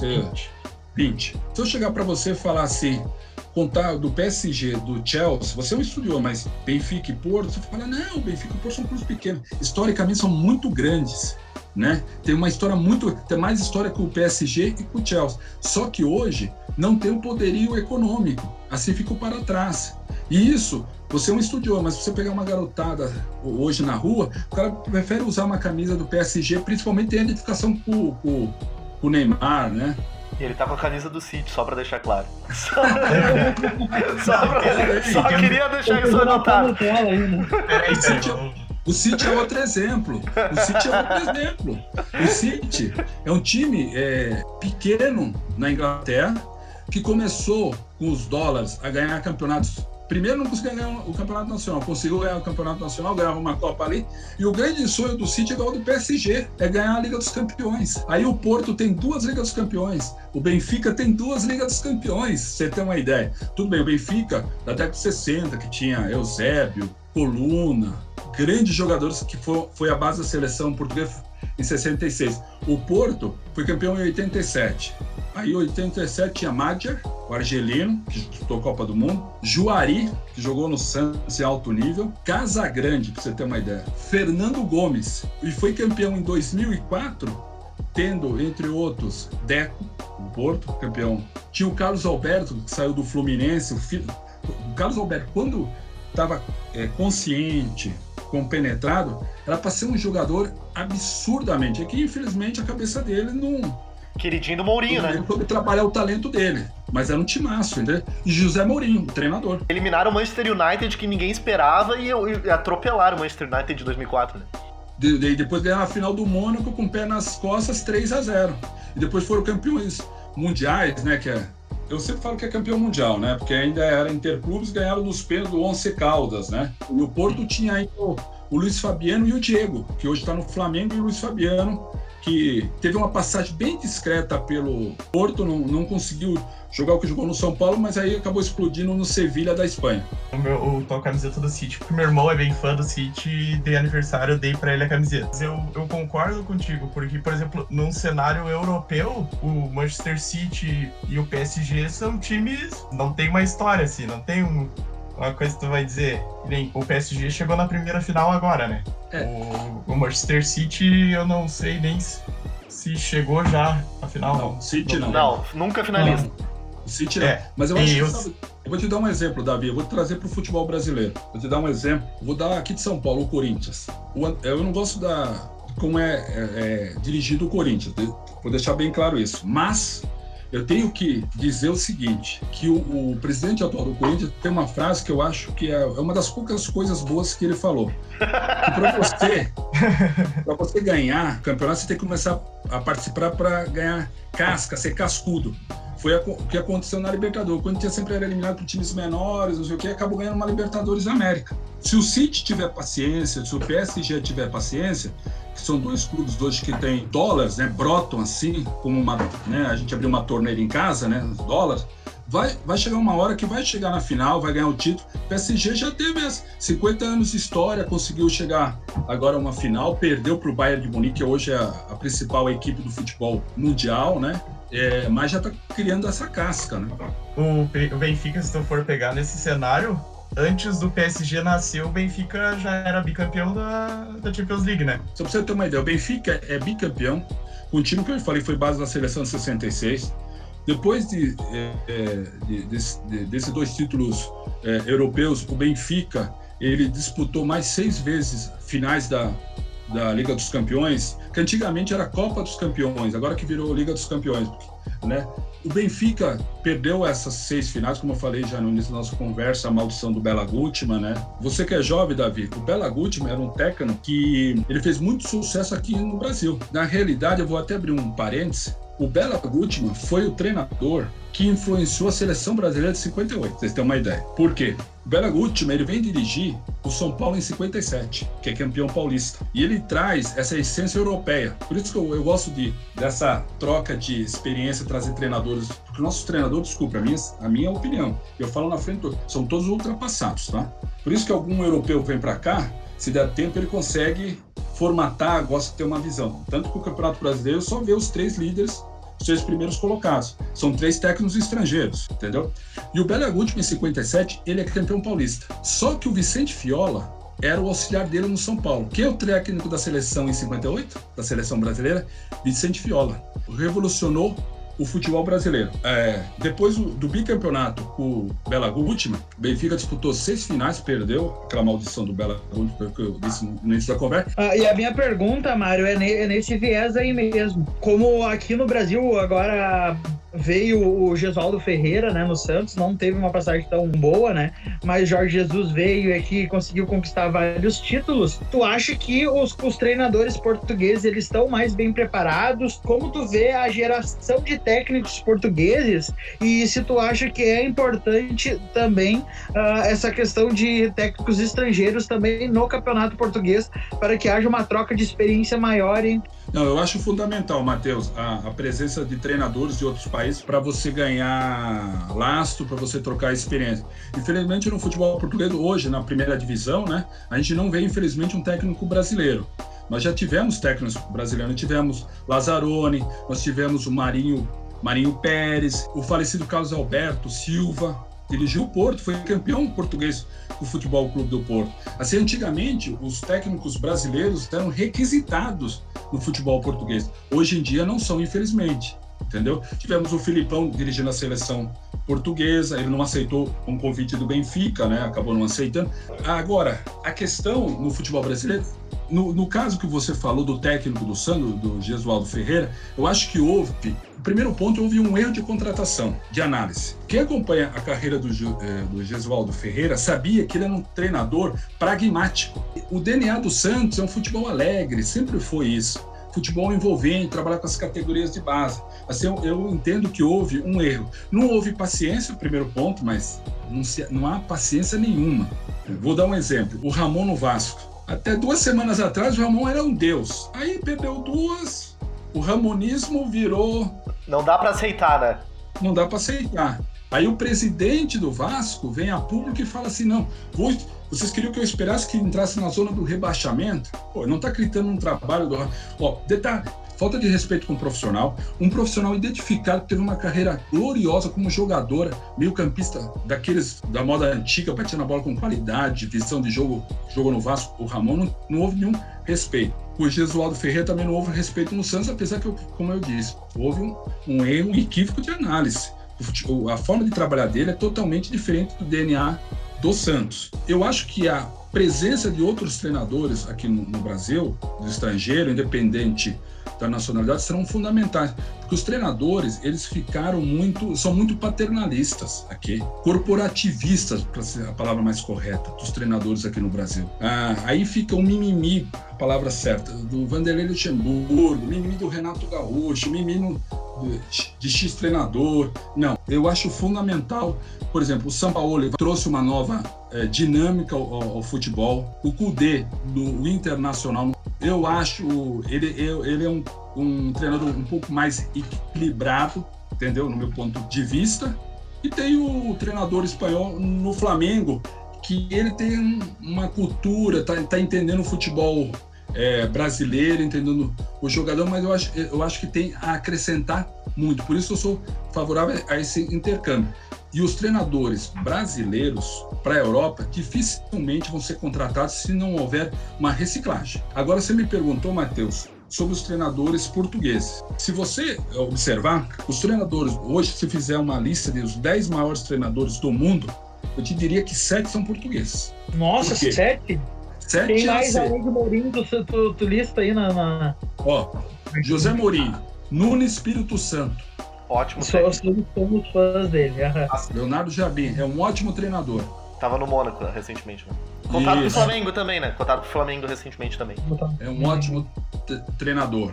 20. Se eu chegar para você e falar assim, contar do PSG, do Chelsea, você é um estudioso, mas Benfica e Porto, você fala, não, Benfica e Porto são clubes pequenos. Historicamente são muito grandes, né? Tem mais história que o PSG e com o Chelsea. Só que hoje não tem o poderio econômico, assim ficou para trás. E isso, você é um estudioso, mas se você pegar uma garotada hoje na rua, o cara prefere usar uma camisa do PSG, principalmente tem a identificação com o Neymar, né? E ele tá com a camisa do City, só pra deixar claro. Só queria deixar isso anotado. O City é outro exemplo. O City é um time pequeno na Inglaterra que começou com os dólares a ganhar campeonatos. Primeiro não conseguia ganhar o campeonato nacional, conseguiu ganhar o campeonato nacional, ganhava uma Copa ali, e o grande sonho do City é igual ao do PSG, é ganhar a Liga dos Campeões. Aí o Porto tem 2 Ligas dos Campeões, o Benfica tem 2 Ligas dos Campeões, você tem uma ideia. Tudo bem, o Benfica, da década de 60, que tinha Eusébio, Coluna, grandes jogadores que foi a base da seleção portuguesa em 66. O Porto foi campeão em 87. Aí em 87 tinha Madjer, o argelino, que disputou a Copa do Mundo, Juari, que jogou no Santos em alto nível, Casagrande, pra você ter uma ideia, Fernando Gomes, e foi campeão em 2004, tendo, entre outros, Deco, o Porto, campeão. Tinha o Carlos Alberto, que saiu do Fluminense, o Carlos Alberto, quando estava consciente, compenetrado, era para ser um jogador absurdamente. É que, infelizmente, a cabeça dele não... Queridinho do Mourinho, né? Ele soube trabalhar o talento dele, mas era um timaço, entendeu? E José Mourinho, o treinador. Eliminaram o Manchester United, que ninguém esperava, e atropelaram o Manchester United de 2004, né? Depois ganharam a final do Mônaco com o pé nas costas, 3-0. E depois foram campeões mundiais, né? Eu sempre falo que é campeão mundial, né? Porque ainda era interclubes, ganharam nos pênaltis do Once Caldas, né? E o Porto tinha aí o Luiz Fabiano e o Diego, que hoje está no Flamengo, e o Luiz Fabiano, que teve uma passagem bem discreta pelo Porto, não conseguiu jogar o que jogou no São Paulo, mas aí acabou explodindo no Sevilha da Espanha. Eu tô com a camiseta do City, porque meu irmão é bem fã do City e de aniversário eu dei pra ele a camiseta. Eu concordo contigo, porque, por exemplo, num cenário europeu, o Manchester City e o PSG são times, não tem uma história assim, não tem uma coisa que tu vai dizer, nem o PSG chegou na primeira final agora, né? O Manchester City, eu não sei nem se chegou já na final. Não, City não. Não, nunca finalista. O City não. Mas eu acho que, sabe, eu vou te dar um exemplo, Davi, eu vou te trazer pro futebol brasileiro. Vou te dar um exemplo, vou dar aqui de São Paulo, o Corinthians. Eu não gosto como é dirigido o Corinthians, vou deixar bem claro isso. Mas eu tenho que dizer o seguinte, que o presidente atual do Corinthians tem uma frase que eu acho que é uma das poucas coisas boas que ele falou. Que para você ganhar campeonato, você tem que começar a participar para ganhar casca, ser cascudo. Foi o que aconteceu na Libertadores. O Corinthians sempre era eliminado por times menores, não sei o que, acabou ganhando uma Libertadores da América. Se o City tiver paciência, se o PSG tiver paciência, que são 2 clubes hoje que têm dólares, né, brotam assim, como a gente abriu uma torneira em casa, né, dólares, vai chegar uma hora que vai chegar na final, vai ganhar o título. O PSG já teve 50 anos de história, conseguiu chegar agora a uma final, perdeu para o Bayern de Munique, que hoje é a principal equipe do futebol mundial, né? Mas já está criando essa casca, né? O Benfica, se tu for pegar nesse cenário, antes do PSG nascer, o Benfica já era bicampeão da Champions League, né? Só pra você ter uma ideia, o Benfica é bicampeão, com o time que eu falei foi base da seleção de 66. Depois desses 2 títulos europeus, o Benfica ele disputou mais 6 vezes finais da Liga dos Campeões, que antigamente era Copa dos Campeões, agora que virou Liga dos Campeões, né? O Benfica perdeu essas 6 finais, como eu falei já no início da nossa conversa, a maldição do Bela Gutmann, né? Você que é jovem, Davi, o Bela Gutmann era um técnico que ele fez muito sucesso aqui no Brasil. Na realidade, eu vou até abrir um parêntese, o Bela Gutmann foi o treinador que influenciou a seleção brasileira de 58, pra vocês terem uma ideia. Por quê? O Bela Gutmann, ele vem dirigir o São Paulo em 57, que é campeão paulista. E ele traz essa essência europeia. Por isso que eu gosto dessa troca de experiência, trazer treinadores. Porque nossos treinadores, desculpa, a minha opinião, eu falo na frente, são todos ultrapassados, tá? Por isso que algum europeu vem para cá, se der tempo, ele consegue formatar, gosta de ter uma visão. Tanto que o Campeonato Brasileiro só vê os 3 líderes, os 3 primeiros colocados. São 3 técnicos estrangeiros, entendeu? E o Bela Gutmann, em 57, ele é campeão paulista. Só que o Vicente Fiola era o auxiliar dele no São Paulo. Quem é o técnico da seleção em 58? Da seleção brasileira? Vicente Fiola. Revolucionou o futebol brasileiro. Depois do bicampeonato com o Belo Horizonte, o Benfica disputou 6 finais, perdeu aquela maldição do Belo Horizonte, que eu disse no início da conversa. E a minha pergunta, Mário, é nesse viés aí mesmo. Como aqui no Brasil agora veio o Gesualdo Ferreira, né, no Santos, não teve uma passagem tão boa, né, mas Jorge Jesus veio aqui e conseguiu conquistar vários títulos. Tu acha que os treinadores portugueses, eles estão mais bem preparados? Como tu vê a geração de técnicos portugueses? E se tu acha que é importante também essa questão de técnicos estrangeiros também no campeonato português, para que haja uma troca de experiência maior, hein? Não, eu acho fundamental, Matheus, a presença de treinadores de outros países para você ganhar lastro, para você trocar experiência. Infelizmente, no futebol português, hoje, na primeira divisão, né, a gente não vê, infelizmente, um técnico brasileiro. Nós já tivemos técnicos brasileiros, tivemos Lazzaroni, nós tivemos o Marinho Pérez, o falecido Carlos Alberto Silva, dirigiu o Porto, foi campeão português do Futebol Clube do Porto. Assim, antigamente, os técnicos brasileiros eram requisitados no futebol português. Hoje em dia não são, infelizmente, entendeu? Tivemos o Filipão dirigindo a seleção portuguesa, ele não aceitou um convite do Benfica, né? Acabou não aceitando. Agora, a questão no futebol brasileiro, no caso que você falou do técnico do Santos, do Gesualdo Ferreira, eu acho que houve um erro de contratação, de análise. Quem acompanha a carreira do Gesualdo Ferreira sabia que ele era um treinador pragmático. O DNA do Santos é um futebol alegre, sempre foi isso. Futebol envolvente, trabalhar com as categorias de base. Assim, eu entendo que houve um erro. Não houve paciência, primeiro ponto, mas não há paciência nenhuma. Vou dar um exemplo. O Ramon no Vasco. Até 2 semanas atrás, o Ramon era um deus. Aí perdeu 2, o ramonismo virou... Não dá pra aceitar, né? Não dá pra aceitar. Aí o presidente do Vasco vem a público e fala assim, não, vocês queriam que eu esperasse que entrasse na zona do rebaixamento? Pô, não tá acreditando no trabalho do... Detalhe, falta de respeito com um profissional identificado que teve uma carreira gloriosa como jogadora, meio campista daqueles da moda antiga, batia na bola com qualidade, visão de jogo no Vasco. O Ramon não houve nenhum respeito. O Gesualdo Ferreira também não houve respeito no Santos, apesar que, como eu disse, houve um erro, um equívoco de análise. A forma de trabalhar dele é totalmente diferente do DNA do Santos. Eu acho que a presença de outros treinadores aqui no Brasil, do estrangeiro, independente da nacionalidade, serão fundamentais, porque os treinadores, eles são muito paternalistas aqui, corporativistas, para ser a palavra mais correta, dos treinadores aqui no Brasil. Aí fica o mimimi, a palavra certa, do Vanderlei Luxemburgo, mimimi do Renato Gaúcho, mimimi de X treinador. Não, eu acho fundamental, por exemplo, o Sampaoli trouxe uma nova dinâmica ao futebol, o Kudê do Internacional, eu acho ele é um treinador um pouco mais equilibrado, entendeu? No meu ponto de vista. E tem o treinador espanhol no Flamengo, que ele tem uma cultura, tá entendendo o futebol brasileiro, entendendo o jogador, mas eu acho que tem a acrescentar muito. Por isso eu sou favorável a esse intercâmbio. E os treinadores brasileiros para a Europa dificilmente vão ser contratados se não houver uma reciclagem. Agora, você me perguntou, Matheus, sobre os treinadores portugueses. Se você observar, os treinadores, hoje, se fizer uma lista dos 10 maiores treinadores do mundo, eu te diria que 7 são portugueses. Nossa, 7? 7 tem mais além do Mourinho, tu lista aí na... José Mourinho, Nuno Espírito Santo. Ótimo. Somos fãs dele. Leonardo Jardim é um ótimo treinador. Tava no Mônaco recentemente, né? Contado pro Flamengo também, né? Contado pro Flamengo recentemente também. É um ótimo treinador.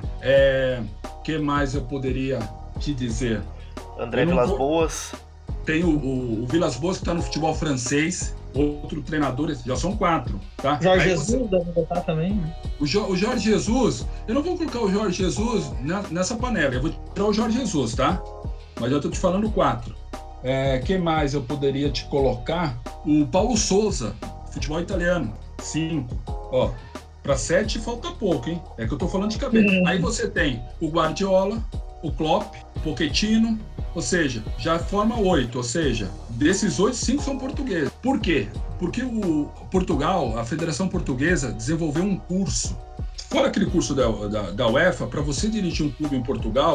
Que mais eu poderia te dizer? André Vilas-Boas. Tem o Vilas-Boas, que está no futebol francês. Outro treinador, já são 4, tá? Jorge Jesus deve botar também, né? O Jorge Jesus, eu não vou colocar o Jorge Jesus nessa panela, eu vou tirar o Jorge Jesus, tá? Mas eu tô te falando 4. Quem mais eu poderia te colocar? O Paulo Souza, futebol italiano, 5. Para 7 falta pouco, hein? É que eu tô falando de cabeça. Aí você tem o Guardiola, o Klopp, o Pochettino, ou seja, já forma 8, ou seja, desses 8, 5 são portugueses. Por quê? Porque Portugal, a Federação Portuguesa, desenvolveu um curso, fora aquele curso da UEFA, para você dirigir um clube em Portugal,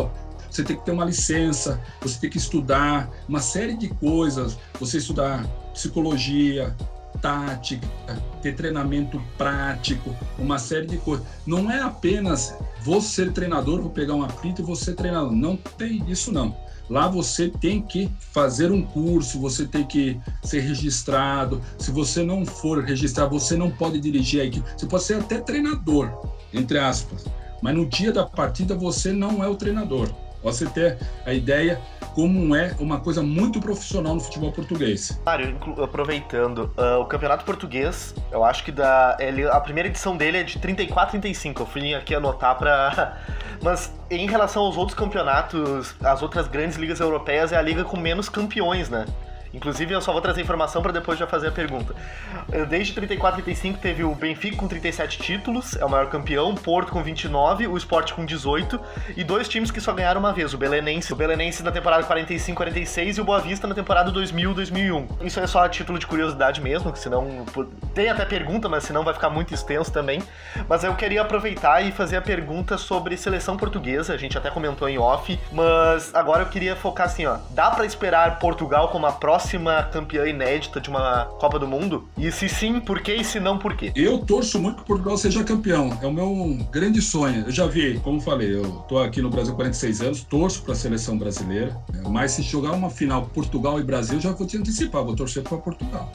você tem que ter uma licença, você tem que estudar uma série de coisas, você estudar psicologia, tática, ter treinamento prático, uma série de coisas. Não é apenas vou ser treinador, vou pegar um apito e vou ser treinador. Não tem isso, não. Lá você tem que fazer um curso, você tem que ser registrado. Se você não for registrado, você não pode dirigir a equipe. Você pode ser até treinador, entre aspas. Mas no dia da partida você não é o treinador. Você ter a ideia como é uma coisa muito profissional no futebol português. Mário, aproveitando, o Campeonato Português, eu acho que a primeira edição dele é de 34, 35. Eu fui aqui anotar pra... Mas em relação aos outros campeonatos, as outras grandes ligas europeias, é a liga com menos campeões, né? Inclusive, eu só vou trazer informação para depois já fazer a pergunta. Desde 34 e 35 teve o Benfica com 37 títulos, é o maior campeão, Porto com 29, o Sport com 18 e 2 times que só ganharam uma vez, o Belenense na temporada 45-46 e o Boa Vista na temporada 2000-2001. Isso é só a título de curiosidade mesmo, que senão... Tem até pergunta, mas senão vai ficar muito extenso também. Mas eu queria aproveitar e fazer a pergunta sobre seleção portuguesa, a gente até comentou em off, mas agora eu queria focar assim, ó, dá para esperar Portugal como a próxima campeã inédita de uma Copa do Mundo? E se sim, por quê? E se não, por quê? Eu torço muito que Portugal seja campeão. É o meu grande sonho. Eu já vi, como falei, eu tô aqui no Brasil há 46 anos, torço para a seleção brasileira, mas se jogar uma final Portugal e Brasil, já vou te antecipar, vou torcer para Portugal.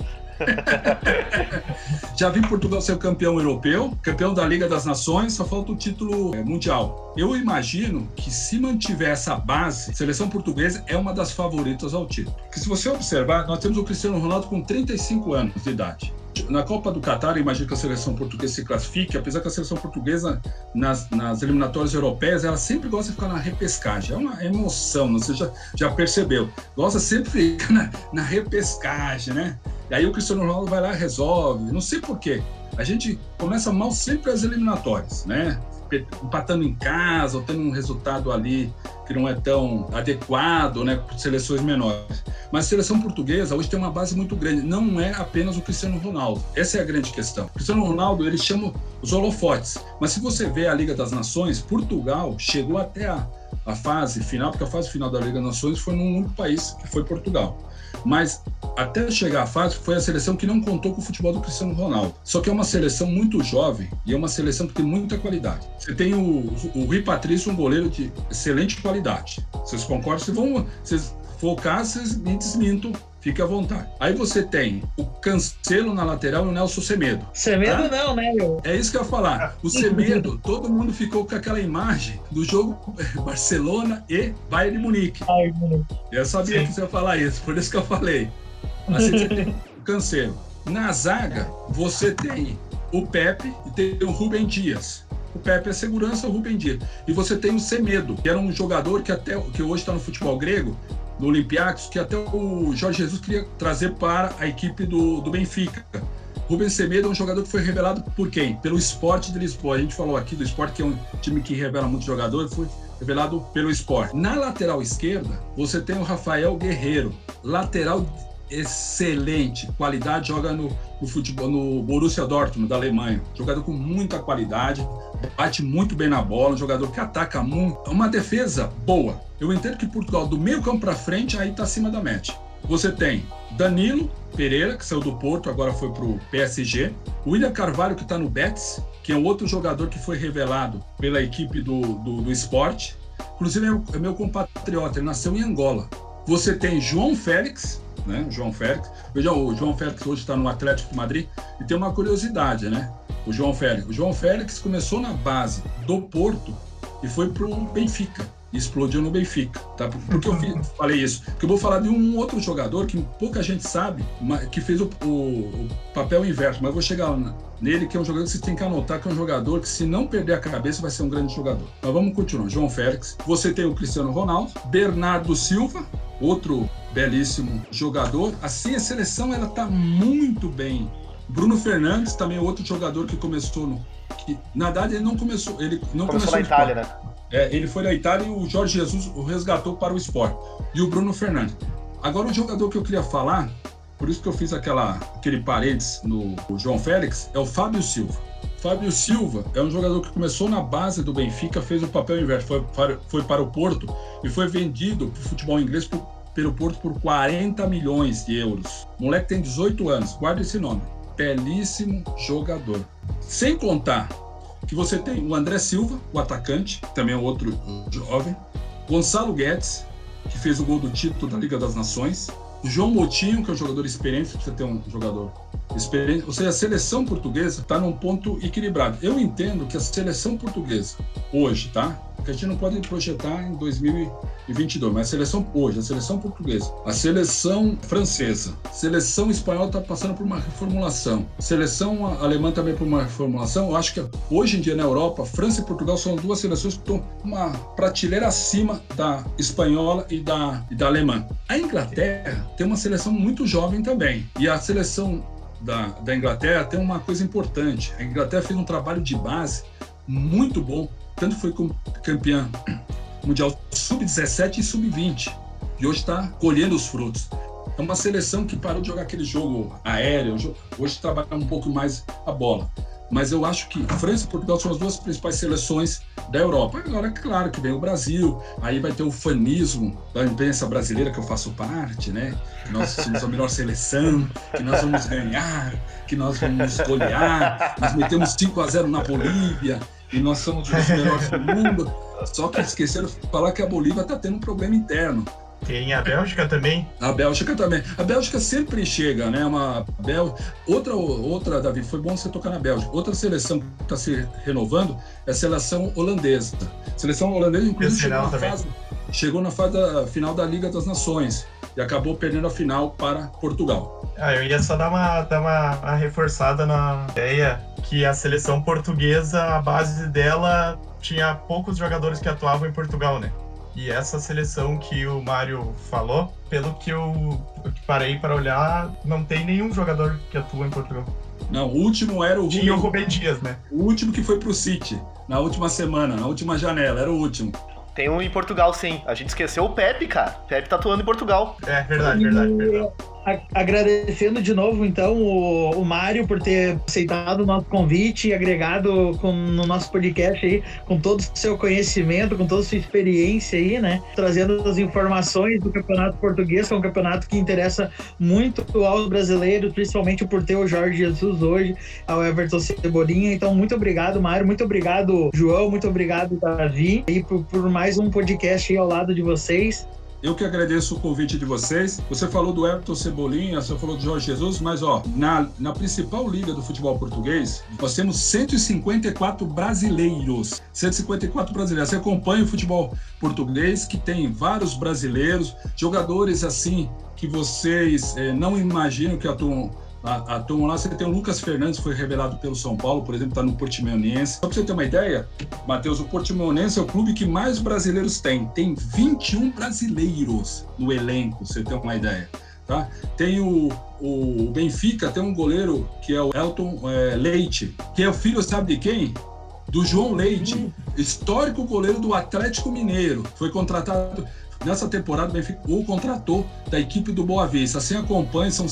Já vi Portugal ser campeão europeu, campeão da Liga das Nações, só falta o título mundial. Eu imagino que se mantiver essa base, a seleção portuguesa é uma das favoritas ao título. Porque se você observar, nós temos o Cristiano Ronaldo com 35 anos de idade. Na Copa do Catar, eu imagino que a seleção portuguesa se classifique, apesar que a seleção portuguesa, nas eliminatórias europeias, ela sempre gosta de ficar na repescagem. É uma emoção, você já percebeu. Gosta sempre de ficar na repescagem, né? E aí o Cristiano Ronaldo vai lá e resolve. Não sei por quê. A gente começa mal sempre as eliminatórias, né? Empatando em casa, ou tendo um resultado ali que não é tão adequado, né, por seleções menores. Mas a seleção portuguesa hoje tem uma base muito grande, não é apenas o Cristiano Ronaldo. Essa é a grande questão. O Cristiano Ronaldo, ele chama os holofotes, mas se você vê a Liga das Nações, Portugal chegou até a fase final, porque a fase final da Liga das Nações foi num único país, que foi Portugal. Mas até chegar à fase, foi a seleção que não contou com o futebol do Cristiano Ronaldo. Só que é uma seleção muito jovem e é uma seleção que tem muita qualidade. Você tem o Rui Patrício, um goleiro de excelente qualidade. Vocês concordam? Se vocês focar, vocês me desmintam. Fique à vontade. Aí você tem o Cancelo na lateral e o Nelson Semedo. Semedo não, né, meu? É isso que eu ia falar. O Semedo, todo mundo ficou com aquela imagem do jogo Barcelona e Bayern de Munique. Eu sabia que você ia falar isso, por isso que eu falei. Assim, você tem o Cancelo. Na zaga, você tem o Pepe e tem o Rubem Dias. O Pepe é segurança, o Rubem Dias. E você tem o Semedo, que era um jogador que hoje está no futebol grego, do Olympiacos, que até o Jorge Jesus queria trazer para a equipe do Benfica. Rubem Semedo é um jogador que foi revelado por quem? Pelo Sport de Lisboa. A gente falou aqui do Sport, que é um time que revela muitos jogadores, foi revelado pelo Sport. Na lateral esquerda, você tem o Rafael Guerreiro, lateral excelente, qualidade, joga no futebol, no Borussia Dortmund, da Alemanha. Jogador com muita qualidade, bate muito bem na bola, um jogador que ataca muito. Uma defesa boa. Eu entendo que Portugal, do meio campo para frente, aí tá acima da média. Você tem Danilo Pereira, que saiu do Porto, agora foi pro PSG. William Carvalho, que está no Betis, que é um outro jogador que foi revelado pela equipe do Sport. Inclusive é meu compatriota, ele nasceu em Angola. Você tem João Félix, né? João Félix. Veja, o João Félix hoje está no Atlético de Madrid e tem uma curiosidade, né? O João Félix começou na base do Porto e foi pro Benfica. Explodiu no Benfica, tá? Por que eu falei isso? Porque eu vou falar de um outro jogador que pouca gente sabe, que fez o papel inverso, mas eu vou chegar nele, que é um jogador que você tem que anotar, que é um jogador que, se não perder a cabeça, vai ser um grande jogador. Mas vamos continuar. João Félix, você tem o Cristiano Ronaldo, Bernardo Silva, outro belíssimo jogador. Assim, a seleção ela tá muito bem. Bruno Fernandes, também outro jogador que começou na verdade, ele não começou na Itália, né? Ele foi da Itália e o Jorge Jesus o resgatou para o Sport. E o Bruno Fernandes. Agora, um jogador que eu queria falar, por isso que eu fiz aquele parênteses no João Félix, é o Fábio Silva. Fábio Silva é um jogador que começou na base do Benfica, fez o papel inverso, foi para o Porto e foi vendido para o futebol inglês pelo Porto por 40 milhões de euros. O moleque tem 18 anos, guarda esse nome. Belíssimo jogador. Sem contar que você tem o André Silva, o atacante, também é outro jovem. Gonçalo Guedes, que fez o gol do título da Liga das Nações. O João Moutinho, que é um jogador experiente, você tem um jogador experiente. Ou seja, a seleção portuguesa está num ponto equilibrado. Eu entendo que a seleção portuguesa, hoje, tá? Porque a gente não pode projetar em 2022, mas a seleção hoje, a seleção portuguesa, a seleção francesa, a seleção espanhola está passando por uma reformulação, a seleção alemã também por uma reformulação. Eu acho que hoje em dia na Europa, França e Portugal são duas seleções que estão uma prateleira acima da espanhola e da alemã. A Inglaterra tem uma seleção muito jovem também, e a seleção da Inglaterra tem uma coisa importante. A Inglaterra fez um trabalho de base muito bom, tanto foi campeã mundial sub-17 e sub-20, e hoje está colhendo os frutos. É uma seleção que parou de jogar aquele jogo aéreo, hoje trabalha um pouco mais a bola. Mas eu acho que França e Portugal são as duas principais seleções da Europa. Agora, claro que vem o Brasil, aí vai ter o fanismo da imprensa brasileira, que eu faço parte, né? Que nós somos a melhor seleção, que nós vamos ganhar, que nós vamos golear, nós metemos 5-0 na Bolívia, e nós somos os melhores do mundo. Só que esqueceram de falar que a Bolívia está tendo um problema interno. Tem a Bélgica também. A Bélgica também. A Bélgica sempre chega, né? Outra, Davi, foi bom você tocar na Bélgica. Outra seleção que está se renovando é a seleção holandesa. A seleção holandesa, inclusive, chegou na fase final da Liga das Nações e acabou perdendo a final para Portugal. Eu ia só dar uma reforçada na ideia que a seleção portuguesa, a base dela tinha poucos jogadores que atuavam em Portugal, né? E essa seleção que o Mário falou, pelo que eu parei para olhar, não tem nenhum jogador que atua em Portugal. Não, o último era o Tinha o Rubem Dias, né? O último que foi pro City, na última semana, na última janela, era o último. Tem um em Portugal, sim. A gente esqueceu o Pepe, cara. O Pepe tá atuando em Portugal. É, verdade. Agradecendo de novo, então, o Mário por ter aceitado o nosso convite e agregado no nosso podcast aí, com todo o seu conhecimento, com toda a sua experiência aí, né? Trazendo as informações do Campeonato Português, que é um campeonato que interessa muito aos brasileiros, principalmente por ter o Jorge Jesus hoje, ao Everton Cebolinha. Então, muito obrigado, Mário. Muito obrigado, João. Muito obrigado, Davi, e por mais um podcast aí ao lado de vocês. Eu que agradeço o convite de vocês. Você falou do Everton Cebolinha, você falou do Jorge Jesus, mas na principal liga do futebol português, nós temos 154 brasileiros. 154 brasileiros. Você acompanha o futebol português, que tem vários brasileiros, jogadores assim que vocês não imaginam que atuam lá. Você tem o Lucas Fernandes, foi revelado pelo São Paulo, por exemplo, está no Portimonense. Só para você ter uma ideia, Matheus, o Portimonense é o clube que mais brasileiros tem. Tem 21 brasileiros no elenco, você tem uma ideia. Tá? Tem o Benfica, tem um goleiro que é o Elton Leite, que é o filho, sabe de quem? Do João Leite, histórico goleiro do Atlético Mineiro. Foi contratado... Nessa temporada, o Benfica o contratou da equipe do Boa Vista. Assim acompanha, são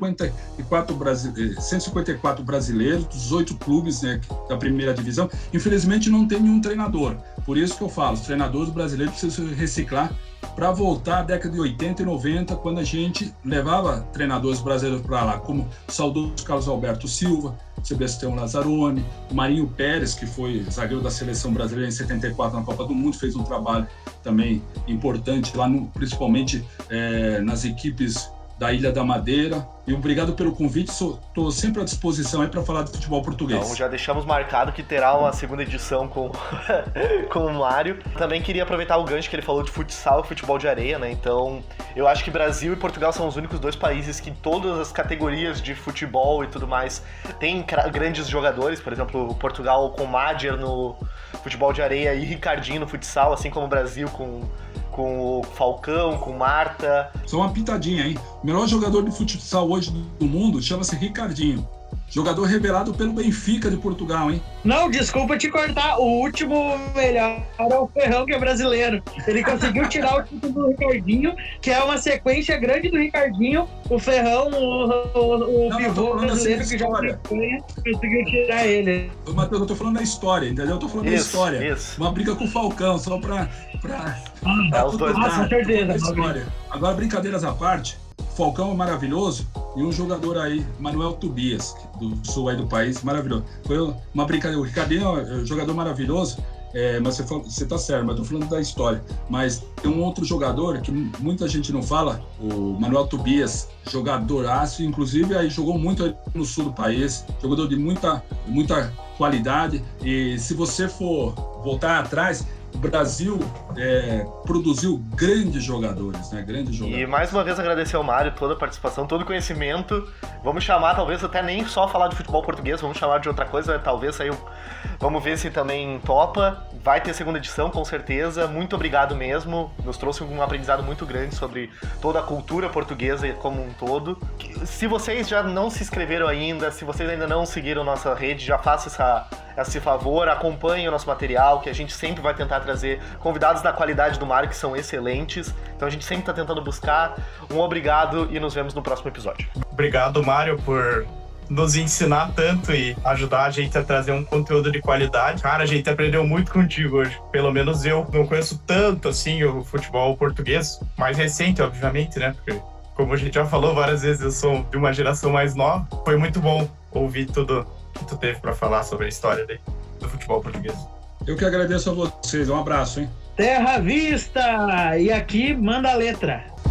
154 brasileiros, dos 8 clubes, né, da primeira divisão. Infelizmente, não tem nenhum treinador. Por isso que eu falo, os treinadores brasileiros precisam reciclar para voltar à década de 80 e 90, quando a gente levava treinadores brasileiros para lá, como o saudoso Carlos Alberto Silva, Sebastião Lazzaroni, o Marinho Pérez, que foi zagueiro da seleção brasileira em 74 na Copa do Mundo, fez um trabalho também importante lá, principalmente nas equipes da Ilha da Madeira. E obrigado pelo convite, estou sempre à disposição aí para falar de futebol português. Então já deixamos marcado que terá uma segunda edição com o Mário. Também queria aproveitar o gancho que ele falou de futsal e futebol de areia, né? Então eu acho que Brasil e Portugal são os únicos 2 países que em todas as categorias de futebol e tudo mais tem grandes jogadores. Por exemplo, Portugal com Madjer no futebol de areia e Ricardinho no futsal, assim como o Brasil com o Falcão, com Marta. Só uma pitadinha, hein? O melhor jogador de futsal hoje do mundo chama-se Ricardinho. Jogador revelado pelo Benfica de Portugal, hein? Não, desculpa te cortar. O último melhor é o Ferrão, que é brasileiro. Ele conseguiu tirar o título do Ricardinho, que é uma sequência grande do Ricardinho. O Ferrão, o pivô brasileiro que joga na Espanha, conseguiu tirar ele. Matheus, eu tô falando da história, entendeu? Eu tô falando da história. Isso. Uma briga com o Falcão, só pra os dois. Com certeza. História. Agora, brincadeiras à parte, Falcão é maravilhoso e um jogador aí, Manuel Tobias, do sul aí do país, maravilhoso. Foi uma brincadeira. O Ricardinho é um jogador maravilhoso, mas você tá certo, mas eu tô falando da história. Mas tem um outro jogador que muita gente não fala, o Manuel Tobias, jogadoraço, inclusive aí jogou muito aí no sul do país, jogador de muita qualidade. E se você for voltar atrás, o Brasil produziu grandes jogadores, né? Grandes jogadores. E mais uma vez agradecer ao Mário toda a participação, todo o conhecimento. Vamos chamar, talvez até nem só falar de futebol português, vamos chamar de outra coisa, talvez aí. Vamos ver se também topa. Vai ter segunda edição, com certeza. Muito obrigado mesmo. Nos trouxe um aprendizado muito grande sobre toda a cultura portuguesa como um todo. Se vocês já não se inscreveram ainda, se vocês ainda não seguiram nossa rede, já façam esse favor, acompanhem o nosso material, que a gente sempre vai tentar trazer convidados da qualidade do Mário, que são excelentes. Então a gente sempre está tentando buscar. Um obrigado e nos vemos no próximo episódio. Obrigado, Mário, por nos ensinar tanto e ajudar a gente a trazer um conteúdo de qualidade. Cara, a gente aprendeu muito contigo hoje. Pelo menos eu não conheço tanto, assim, o futebol português. Mais recente, obviamente, né? Porque, como a gente já falou várias vezes, eu sou de uma geração mais nova. Foi muito bom ouvir tudo que tu teve para falar sobre a história do futebol português. Eu que agradeço a vocês. Um abraço, hein? Terra à vista! E aqui, manda a letra.